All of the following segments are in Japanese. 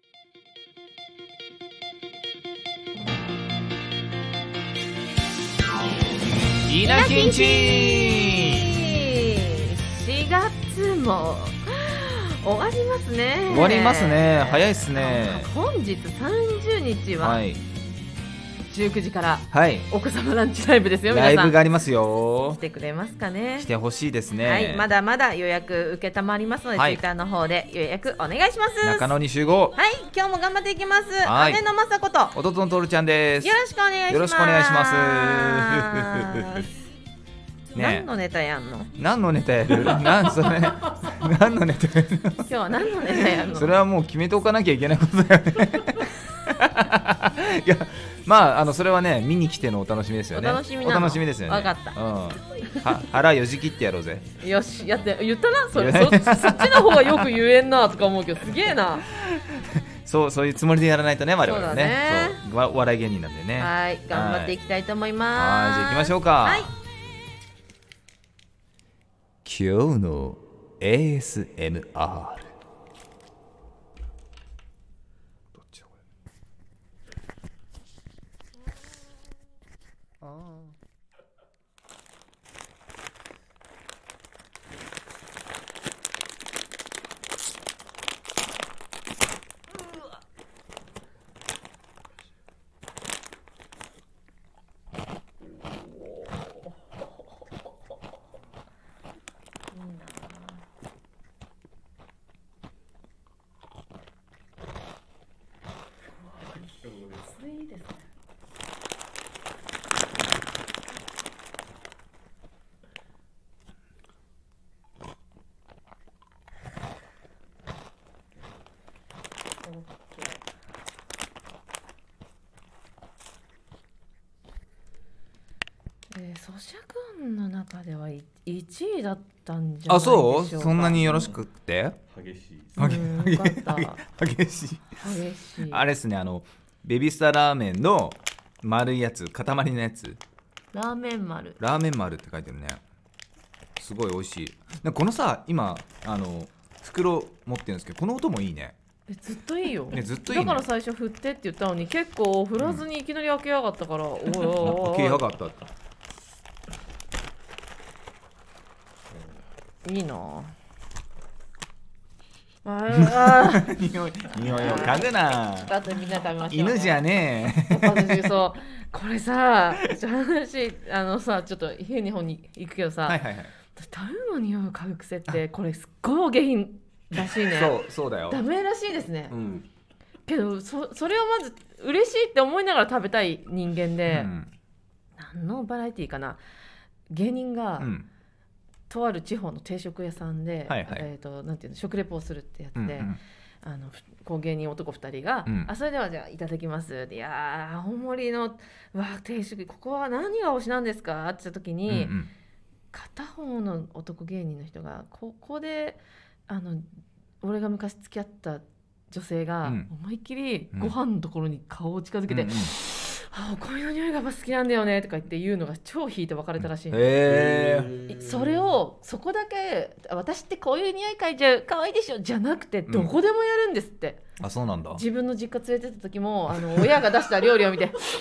稲きんち 4月も終わりますね。 終わりますね。早いっすね。 本日30日は19時からお子様ランチライブですよ。皆さんライブがありますよ。 来てくれますかね。 来てほしいですね。 はい、まだまだ予約受けたまりますので、ツイッターの方で予約お願いします。 中野に集合。 はい、今日も頑張っていきます。姉のまさこと弟のとるちゃんです。 よろしくお願いします。 よろしくお願いします何のネタやんの？ 何のネタやる？それ何のネタやる？ 今日は何のネタやんの？ それはもう決めておかなきゃいけないことだよね。いや、まあそれはね、見に来てのお楽しみですよね。お楽しみですよね。 分かった。 腹よじ切ってやろうぜ。 よし、やって言ったな。そっちの方がよく言えんなとか思うけど、すげえな。 そういうつもりでやらないとね、我々はね。そう、笑い芸人なんでね。 はい、頑張っていきたいと思います。 はい、じゃあ行きましょうか。はい。今日の ASMR。どっちだこれ。 いいですね。咀嚼音の中では1位だったんじゃないでしょうか。 あ、そう？そんなによろしくって？ 激しい。 激しい。あれですね、ベビースターラーメンの丸いやつ、塊のやつ。 ラーメン丸って書いてるね。すごい美味しい。このさ、今袋持ってるんですけど、この音もいいね。 ずっといいよ、 ね、ずっといいね。 だから最初振ってって言ったのに、結構振らずにいきなり開けやがったから、おい開けやがった。 いいな匂いを嗅ぐな。 あとみんな食べましょう、ね、 犬じゃねえ。 私そうこれさ、話さ、ちょっと変に本に行くけどさ、食べ物に匂いを嗅ぐ癖ってこれすっごいお下品らしいね。 そうだよ。 ダメらしいですね、けどそれをまず嬉しいって思いながら食べたい人間で、何のバラエティーかな、芸人が、とある地方の定食屋さんで、なんていうの、食レポをするってやつで、こう芸人男2人が、それではじゃあいただきますって、いやー青森の定食、ここは何が推しなんですかって言った時に、片方の男芸人の人が、ここで俺が昔付き合った女性が思いっきりご飯のところに顔を近づけて、お米の匂いが好きなんだよねとか言って言うのが超引いて別れたらしい。それをそこだけ、私ってこういう匂い嗅いじゃう、可愛いでしょじゃなくて、どこでもやるんですって。 あ、そうなんだ。 自分の実家連れてった時も親が出した料理を見て美味し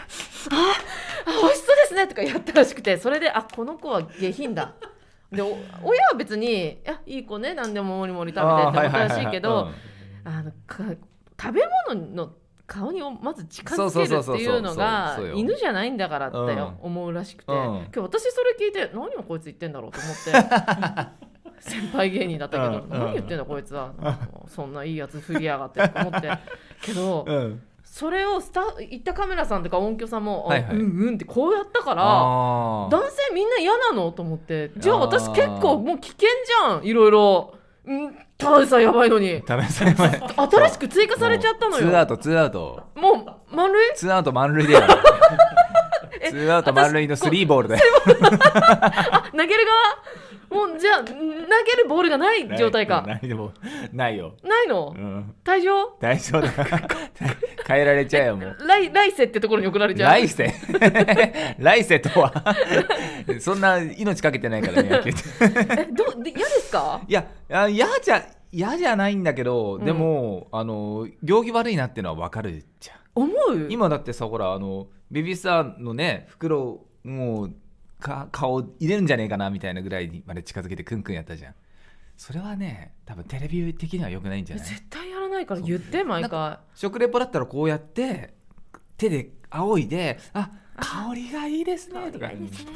そうですねとかやったらしくて、それでこの子は下品だで、親は別にいい子ね、何でももりもり食べてって思ったらしいけど、食べ物の顔にまず近づけるっていうのが犬じゃないんだからって思うらしくて、今日私それ聞いて、何をこいつ言ってんだろうと思って先輩芸人だったけど、何言ってんだこいつは、そんないいやつ振りやがってと思ってけど、それを行ったカメラさんとか音響さんもうんってこうやったから、男性みんな嫌なのと思って、じゃあ私結構もう危険じゃん、いろいろ。ただでさやばいのに新しく追加されちゃったのよ。 2アウトもう満塁 2アウト満塁だよ。2アウト満塁の3ボールだよ。 投げる側もう、じゃあ投げるボールがない状態か。 ないよ。 ないの、退場だ。変えられちゃうよ、もう。 来世ってところに送られちゃう。 来世とはそんな命かけてないからね、野球って。 嫌ですか？ いや、 嫌じゃないんだけど、でも行儀悪いなっていうのは分かるじゃん。 思う。 今だってさ、ほらベビースターのね袋もう顔入れるんじゃねえかなみたいなぐらいにまで近づけてクンクンやったじゃん。それはね多分テレビ的には良くないんじゃない？ 絶対やらないから言って毎回。 食レポだったらこうやって手で仰いで、香りがいいですねとか。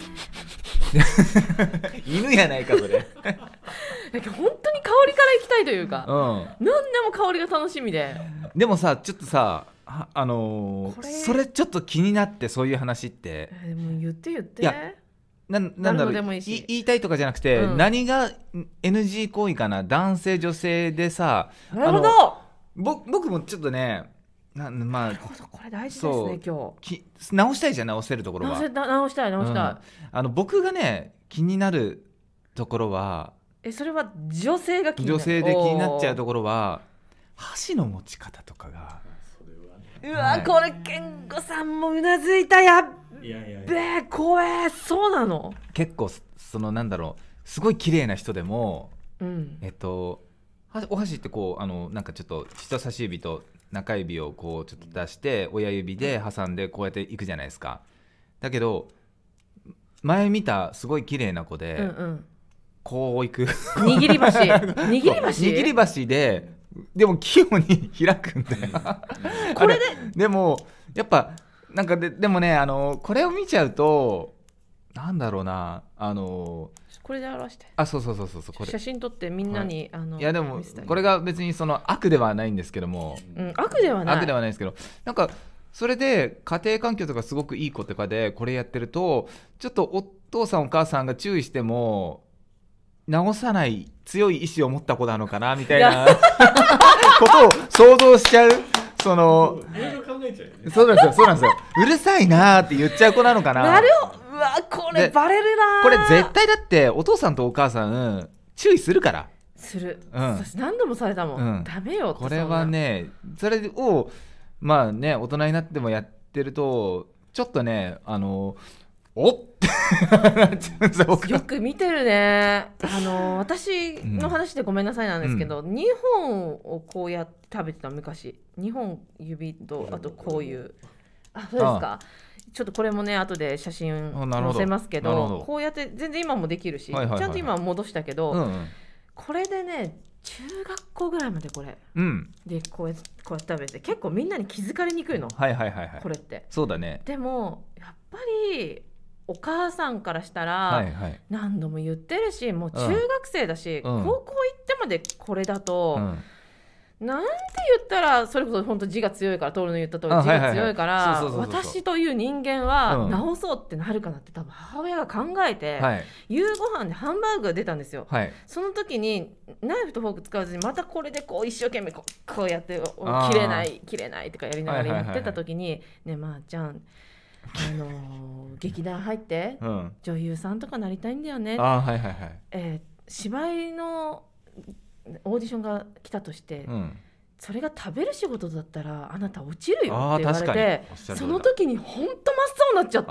犬やないかそれ。 本当に香りから行きたいというか、何でも香りが楽しみで。 でもさちょっとさそれちょっと気になって、そういう話って、 でも言って。いやなんだろう、言いたいとかじゃなくて、何が NG 行為かな、男性女性でさ。 なるほど。 僕もちょっとねなるほど、これ大事ですね。今日直したいじゃん、直せるところは直したい、 僕がね気になるところは、 それは女性が気になる、 女性で気になっちゃうところは箸の持ち方とかが。 うわ、これ健吾さんもうなずいた。やっべえ、怖え。そうなの？ 結構なんだろう、すごい綺麗な人でも、お箸ってこうなんかちょっと人差し指と中指をこうちょっと出して親指で挟んでこうやっていくじゃないですか。だけど前見たすごい綺麗な子で、こういく握り箸でも器用に開くんだよ。これでもやっぱなんかでもねこれを見ちゃうとなんだろうなこれで表して、 そうこれ写真撮ってみんなに、 いやでもこれが別に悪ではないんですけども、 悪ではないですけど、なんかそれで家庭環境とかすごくいい子とかでこれやってると、ちょっとお父さんお母さんが注意しても直さない強い意志を持った子なのかなみたいなことを想像しちゃう。そうなんですよ。うるさいなって言っちゃう子なのかな。 なるほど。うわ、これバレるな。 これ絶対だってお父さんとお母さん注意するから。 私何度もされたもん、ダメよって。 これはね、それをまあね大人になってもやってるとちょっとねおっよく見てるね。私の話でごめんなさいなんですけど、2本をこうやって食べてた昔。2本指とあとこういう、そうですか。ちょっとこれもね後で写真載せますけど、こうやって全然今もできるし、ちゃんと今は戻したけど、これでね中学校ぐらいまでこれ、でこうやって食べて、結構みんなに気づかれにくいの、これって。 そうだね。 でもやっぱりお母さんからしたら、何度も言ってるし、もう中学生だし、高校行ってまでこれだと、なんて言ったら、それこそ本当字が強いから、トールの言った通り字が強いから、私という人間は直そうってなるかなって多分母親が考えて、夕ご飯でハンバーグが出たんですよ。その時にナイフとフォーク使わずにまたこれでこう一生懸命こうやって切れないとかやりながらやってた時に、ね、まあちゃん劇団入って、女優さんとかなりたいんだよね、芝居のオーディションが来たとして、それが食べる仕事だったらあなた落ちるよって言われて、その時に本当真っ青になっちゃって、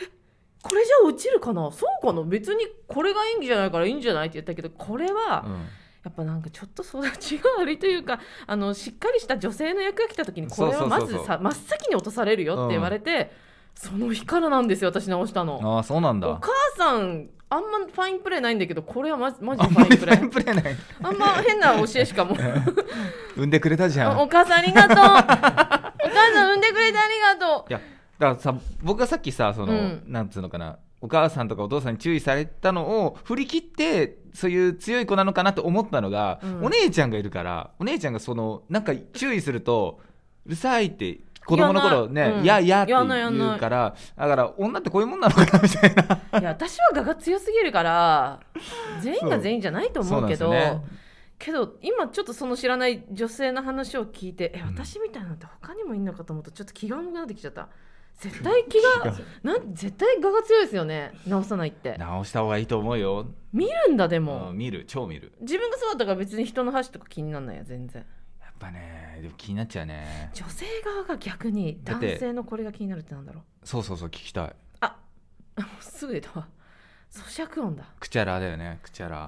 これじゃあ落ちるかな、そうかな、別にこれが演技じゃないからいいんじゃないって言ったけど、これは、やっぱなんかちょっと育ちが悪いというか、しっかりした女性の役が来た時にこれはまず真っ先に落とされるよって言われて、その日からなんですよ私直したの。 そうなんだ。 お母さんあんまファインプレーないんだけど、これはマジでファインプレーない。あんま変な教えしかも産んでくれたじゃん。 お母さんありがとうお母さん産んでくれてありがとう。 いやだからさ、僕がさっきさなんつうのかな、お母さんとかお父さんに注意されたのを振り切ってそういう強い子なのかなと思ったのが、お姉ちゃんがいるから、お姉ちゃんがなんか注意するとうるさいって子供の頃ね、いやって言うから、だから女ってこういうもんなのかなみたいな。 いや私は我が強すぎるから全員が全員じゃないと思うけど、けど今ちょっとその知らない女性の話を聞いて、私みたいなのって他にもいんのかと思うとちょっと気が重くなってきちゃった。絶対絶対我が強いですよね、直さないって。 直した方がいいと思うよ。 見るんだ。でも超見る。 自分がそうだったから別に人の箸とか気にならないや全然。 やっぱね、でも気になっちゃうね。 女性側が逆に男性のこれが気になるってなんだろう。 そう聞きたい。 すぐ出たわ、咀嚼音だ。 クチャラだよね、クチャラ。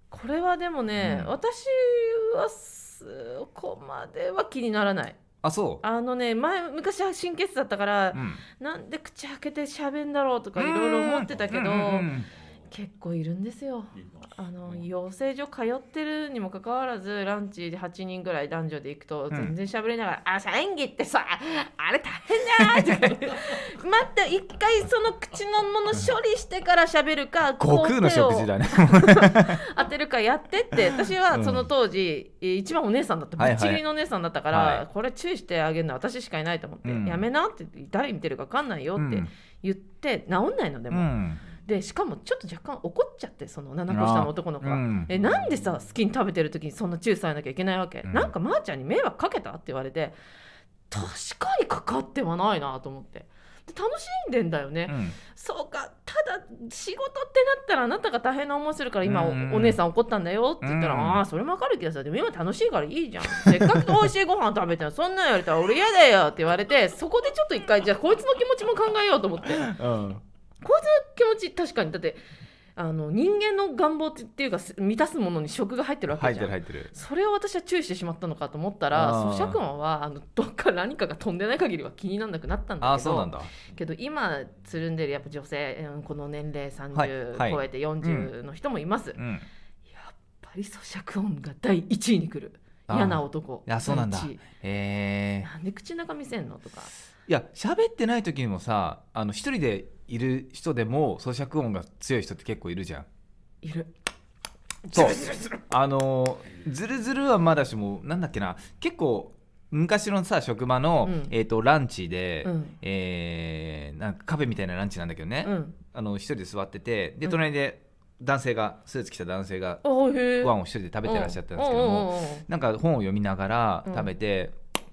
これはでもね、私はそこまでは気にならない。 あ、そう。 昔は神経質だったから、なんで口開けて喋んだろうとかいろいろ思ってたけど、結構いるんですよ。養成所通ってるにもかかわらずランチで8人ぐらい男女で行くと全然喋れながら、演技ってさあれ大変じゃないって待って一回その口のもの処理してから喋るか悟空の食事だね当てるかやってって私はその当時、一番お姉さんだったぶっちぎりのお姉さんだったから、これ注意してあげるのは私しかいないと思って、やめなって誰見てるか分かんないよって言って治んないのでも、でしかもちょっと若干怒っちゃって、その7個下の男の子は、なんでさ好きに食べてる時にそんな注意されなきゃいけないわけ、なんかまーちゃんに迷惑かけたって言われて、確かにかかってはないなと思って、で楽しんでんだよね、そうか、ただ仕事ってなったらあなたが大変な思いするから今お姉さん怒ったんだよって言ったら、ああそれもわかるけどさ、でも今楽しいからいいじゃん、せっかく美味しいご飯食べてるそんなん言われたら俺嫌だよって言われて、そこでちょっと一回じゃあこいつの気持ちも考えようと思って、こいつの気持ち確かにだって人間の願望っていうか満たすものに食が入ってるわけじゃん。 入ってる。 それを私は注意してしまったのかと思ったら、咀嚼音はどっか何かが飛んでない限りは気にならなくなったんだけど、 そうなんだ。 けど今つるんでるやっぱ女性、この年齢30超えて40の人もいます、やっぱり咀嚼音が第1位に来る。嫌な男。 いやそうなんだ。 なんで口の中見せんのとか。 いや喋ってない時にもさ、一人でいる人でも咀嚼音が強い人って結構いるじゃん。 いる。 そうズルズルはまだしも、なんだっけな、結構昔のさ職場の、ランチで、なんかカフェみたいなランチなんだけどね、一人で座ってて、で隣で男性がスーツ着た男性がご飯を一人で食べてらっしゃったんですけども、なんか本を読みながら食べて、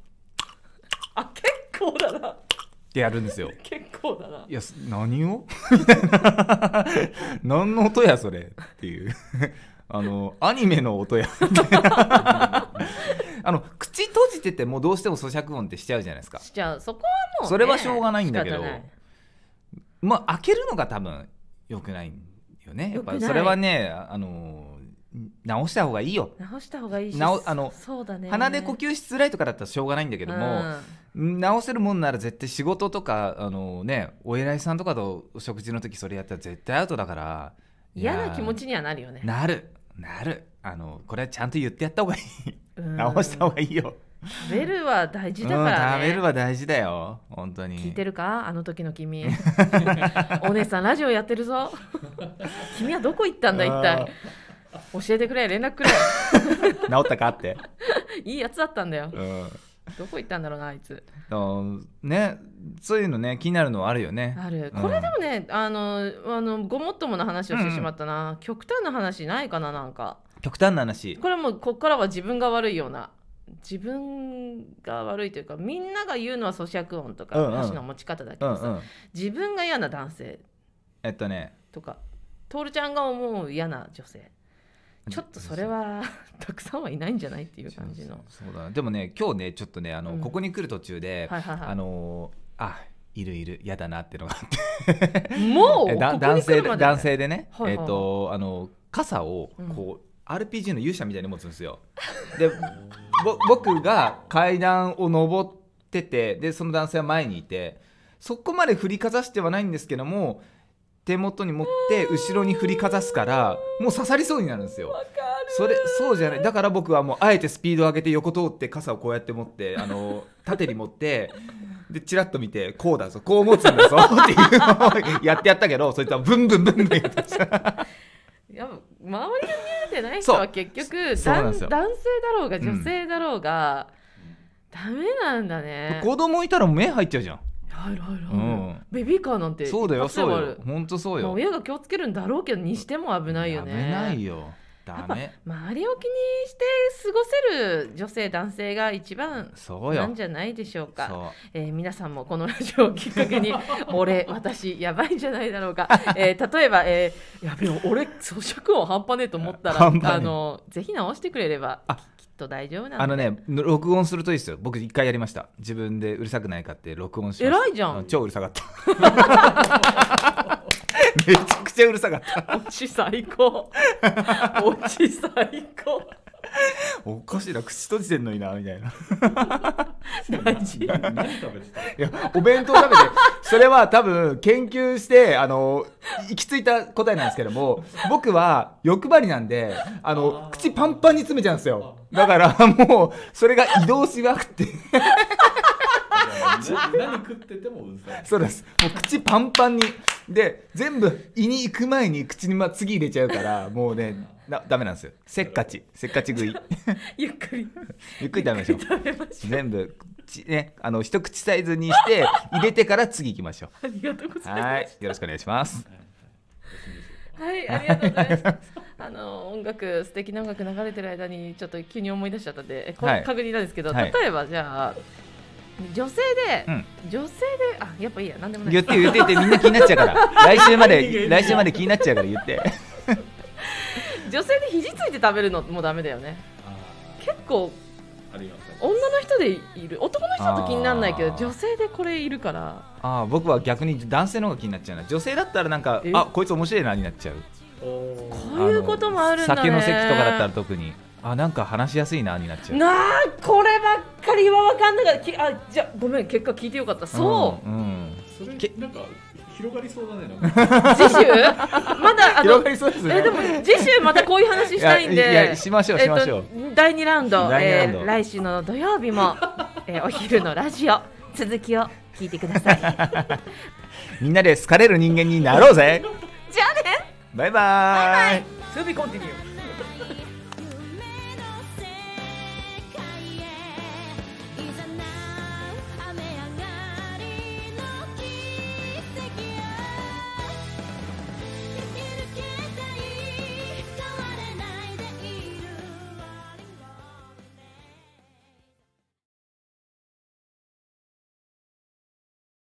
結構だなってやるんですよ。 結構だな。 いや何をみたいな何の音やそれっていうアニメの音や口閉じててもどうしても咀嚼音ってしちゃうじゃないですか。 しちゃう。そこはもう、ね、 それはしょうがないんだけど、まあ開けるのが多分良くないよね。やっぱそれはね直した方がいいよ。 直した方がいいし、そうだね、 鼻で呼吸しづらいとかだったらしょうがないんだけども、直せるもんなら絶対仕事とかお偉いさんとかとお食事の時それやったら絶対アウトだから。 嫌な気持ちにはなるよね。 なるこれはちゃんと言ってやった方がいい直した方がいいよ。 食べるは大事だからね、 食べるは大事だよ本当に。 聞いてるかあの時の君お姉さんラジオやってるぞ君はどこ行ったんだ一体、教えてくれ、連絡くれ治ったかっていいやつだったんだよ、どこ行ったんだろうなあいつね。そういうのね気になるのはあるよね。 ある。これでもね、ごもっともな話をしてしまったな、極端な話ないかな。なんか極端な話、 これもうこっからは自分が悪いような、自分が悪いというか、みんなが言うのは咀嚼音とか箸の持ち方だけどさ、自分が嫌な男性とか、徹ちゃんが思う嫌な女性、ちょっとそれはたくさんはいないんじゃないっていう感じの。 そうだ。でもね今日ねちょっとねここに来る途中で、いる嫌だなっていうのがあってもう男性でね、傘をこう、RPG の勇者みたいに持つんですよ。で僕が階段を登ってて、でその男性は前にいて、そこまで振りかざしてはないんですけども、手元に持って後ろに振りかざすからもう刺さりそうになるんですよ。そうじゃない。だから僕はもうあえてスピードを上げて横通って傘をこうやって持って縦に持ってでチラッと見て、こうだぞこう持つんだぞっていうのをやってやったけど、そいつはブンブンブンブンやってました。 やっぱ周りが見えてない人は結局男性だろうが女性だろうが、ダメなんだね。 子供いたら目入っちゃうじゃん。 入る、ベビーカーなんてそうだよ本当そうよ、 親が気をつけるんだろうけどにしても危ないよね。 危ないよ。ダメ。 周りを気にして過ごせる女性男性が一番なんじゃないでしょうか。皆さんもこのラジオをきっかけに私やばいんじゃないだろうか、例えば、やべえ俺咀嚼音半端ねえと思ったらぜひ直してくれればきっと大丈夫なんで。 録音するといいですよ。僕一回やりました。自分でうるさくないかって録音しました。 偉いじゃん。 超うるさかっためちゃくちゃうるさかったオチ最高オチ最高おかしいな、口閉じてんのになみたいな大事何食べてた？ いやお弁当食べてそれは多分研究して行き着いた答えなんですけども、僕は欲張りなんで口パンパンに詰めちゃうんですよ。だからもうそれが移動しなくて何食っててもうるさい。 そうです、もう口パンパンにで全部胃に行く前に口に次入れちゃうからもうねダメなんですよ。せっかち食いゆっくり食べましょう。全部ね、一口サイズにして入れてから次行きましょう。 ありがとうございます。 はい、よろしくお願いします。 はい、ありがとうございます。素敵な音楽流れてる間にちょっと急に思い出しちゃったんで、 はい、 確認なんですけど、 はい、 例えばじゃあ女性でやっぱいいや、なんでもない。 言ってみんな気になっちゃうから来週まで気になっちゃうから言って女性で肘ついて食べるのもダメだよね。結構ありますね。 女の人でいる、男の人だと気にならないけど女性でこれいるから。 僕は逆に男性の方が気になっちゃうな。女性だったらなんかこいつ面白いなになっちゃう。 こういうこともあるんだね。 酒の席とかだったら特になんか話しやすいなになっちゃう。 こればっかりは分かんなかった。じゃあごめん、結果聞いてよかった。そう、 それなんか広がりそうだね。 次週まだ広がりそうですね。 でも次週またこういう話したいんでいやしましょう。 第2ラウンド、来週の土曜日も、お昼のラジオ続きを聞いてくださいみんなで好かれる人間になろうぜじゃあね、 バイバイ。 To be continued。